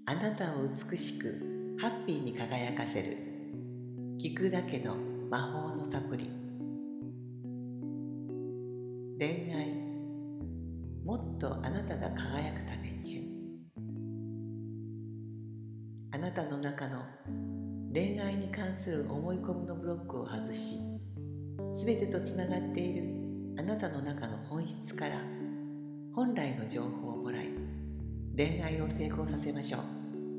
あなたを美しくハッピーに輝かせる聞くだけの魔法のサプリ。恋愛、もっとあなたが輝くために編。あなたの中の恋愛に関する思い込みのブロックを外し、すべてとつながっているあなたの中の本質から本来の情報をもらい、恋愛を成功させましょう。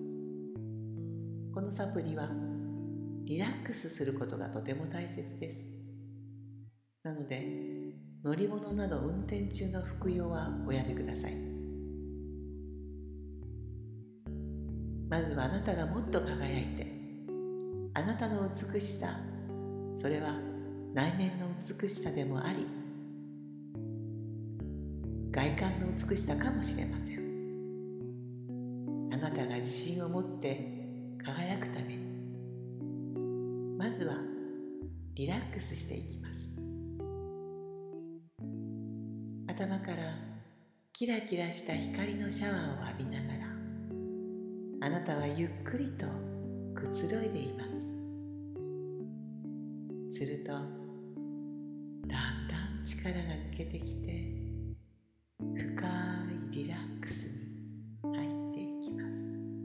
このサプリはリラックスすることがとても大切です。なので乗り物など運転中の服用はおやめください。まずはあなたがもっと輝いて、あなたの美しさ、それは内面の美しさでもあり、外観の美しさかもしれません。あなたが自信を持って輝くために、まずはリラックスしていきます。頭からキラキラした光のシャワーを浴びながら、あなたはゆっくりとくつろいでいます。するとだんだん力が抜けてきて、深いリラックスに入っていきます。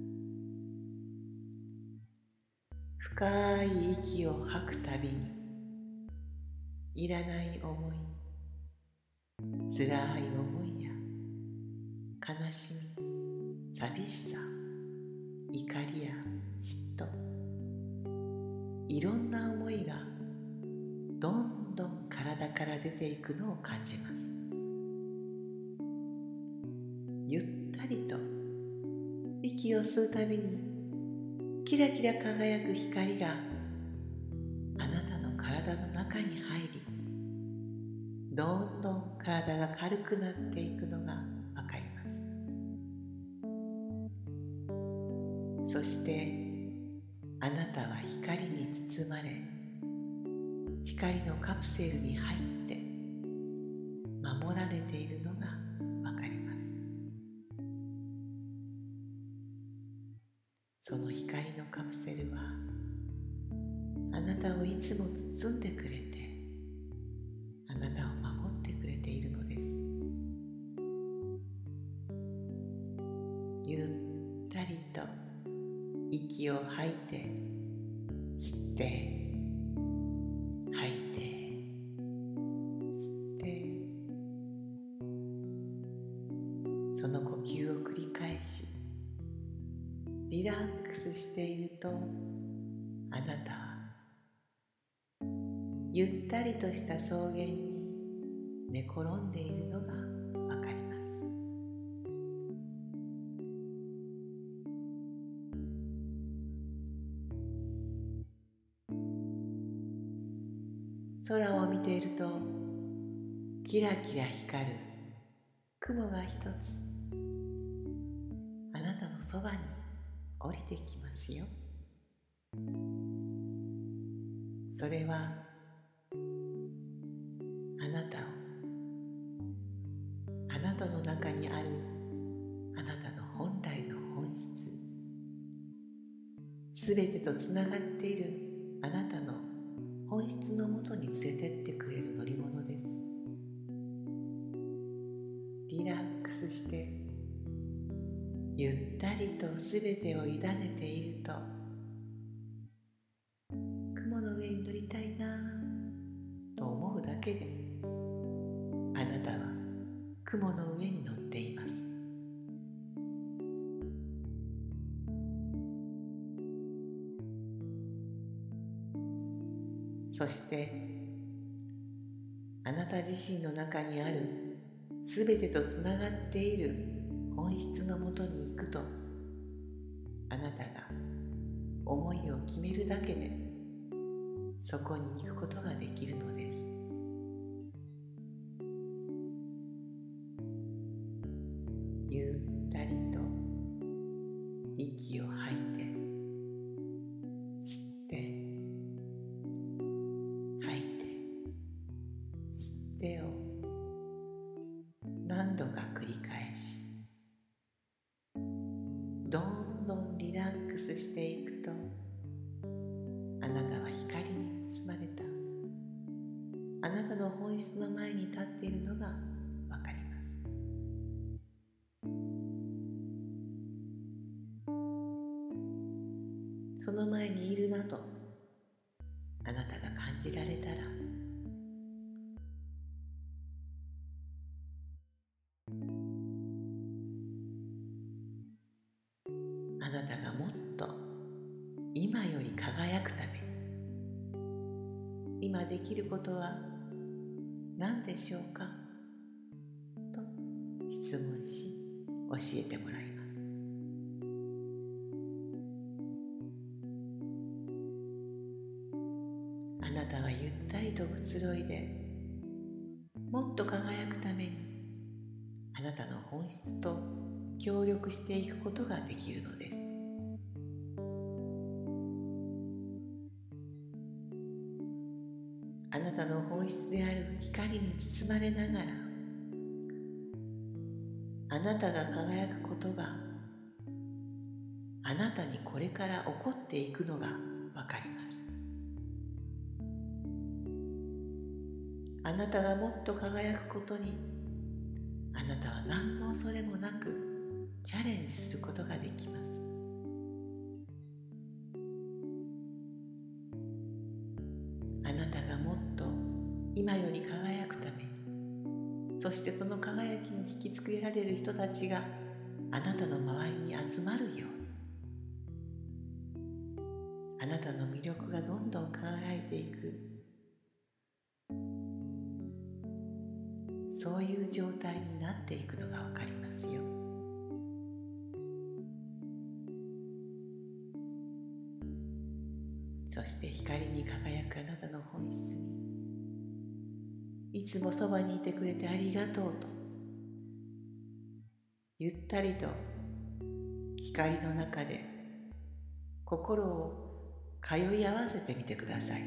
深い息を吐くたびに、いらない思い、辛い思いや悲しみ、寂しさ、怒りや嫉妬、いろんな思いがどんどん体から出ていくのを感じます。ゆったりと息を吸うたびに、キラキラ輝く光があなたの体の中に入り、どんどん体が軽くなっていくのがわかります。そしてあなたは光に包まれ、光のカプセルに入って守られているのがわかります。その光のカプセルはあなたをいつも包んでくれて、あなたを守ってくれているのです。ゆったりと息を吐いて、吸って吐いて、吸って、その呼吸を繰り返し、リラックスしていると、あなたはゆったりとした草原に寝転んでいるのがわかります。空を見ていると、キラキラ光る雲が一つあなたのそばに降りてきますよ。それはあなたを、あなたの中にあるあなたの本来の本質、すべてとつながっているあなたの本質のもとに連れてってくれる乗り物です。リラックスしてゆったりとすべてを委ねていると、雲の上に乗りたいなと思うだけで、あなたは雲の上に乗っています。そしてあなた自身の中にあるすべてとつながっている本質のもとに行くと、あなたが思いを決めるだけでそこに行くことができるのです。ゆったりと息を吐いて、吸って吐いて、吸ってを何度か繰り返し、どんどんリラックスしていくと、あなたは光に包まれたあなたの本質の前に立っているのがわかります。その前にいるなとあなたが感じられたら、あなたがもっと今より輝くために、今できることは何でしょうかと質問し、教えてもらいます。あなたはゆったりとくつろいで、もっと輝くためにあなたの本質と協力していくことができるのです。あなたの本質である光に包まれながら、あなたが輝くことがあなたにこれから起こっていくのがわかります。あなたがもっと輝くことに、あなたは何の恐れもなくチャレンジすることができます。あなたがもっと今より輝くために、そしてその輝きに引きつけられる人たちがあなたの周りに集まるように、あなたの魅力がどんどん輝いていく、そういう状態になっていくのがわかりますよ。そして光に輝くあなたの本質に、いつもそばにいてくれてありがとうと、ゆったりと光の中で心を通い合わせてみてください。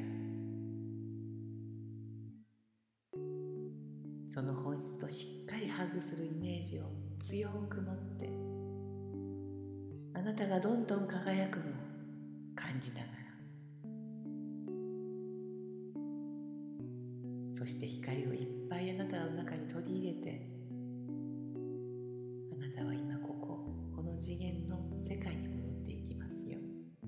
その本質としっかりハグするイメージを強く持って、あなたがどんどん輝くのを感じながら、そして光をいっぱいあなたの中に取り入れて、あなたは今この次元の世界に戻っていきますよ。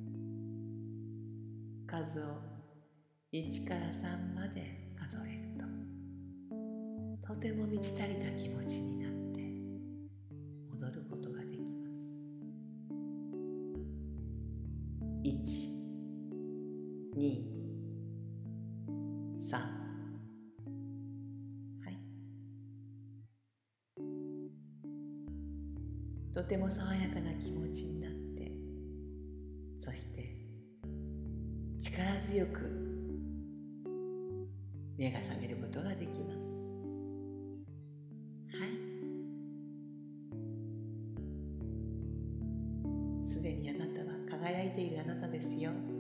数を1から3まで数えると、とても満ち足りた気持ちになって戻ることができます。1、2、3。はい。とても爽やかな気持ちになって、そして力強く目が覚めることができます。はい。すでにあなたは輝いているあなたですよ。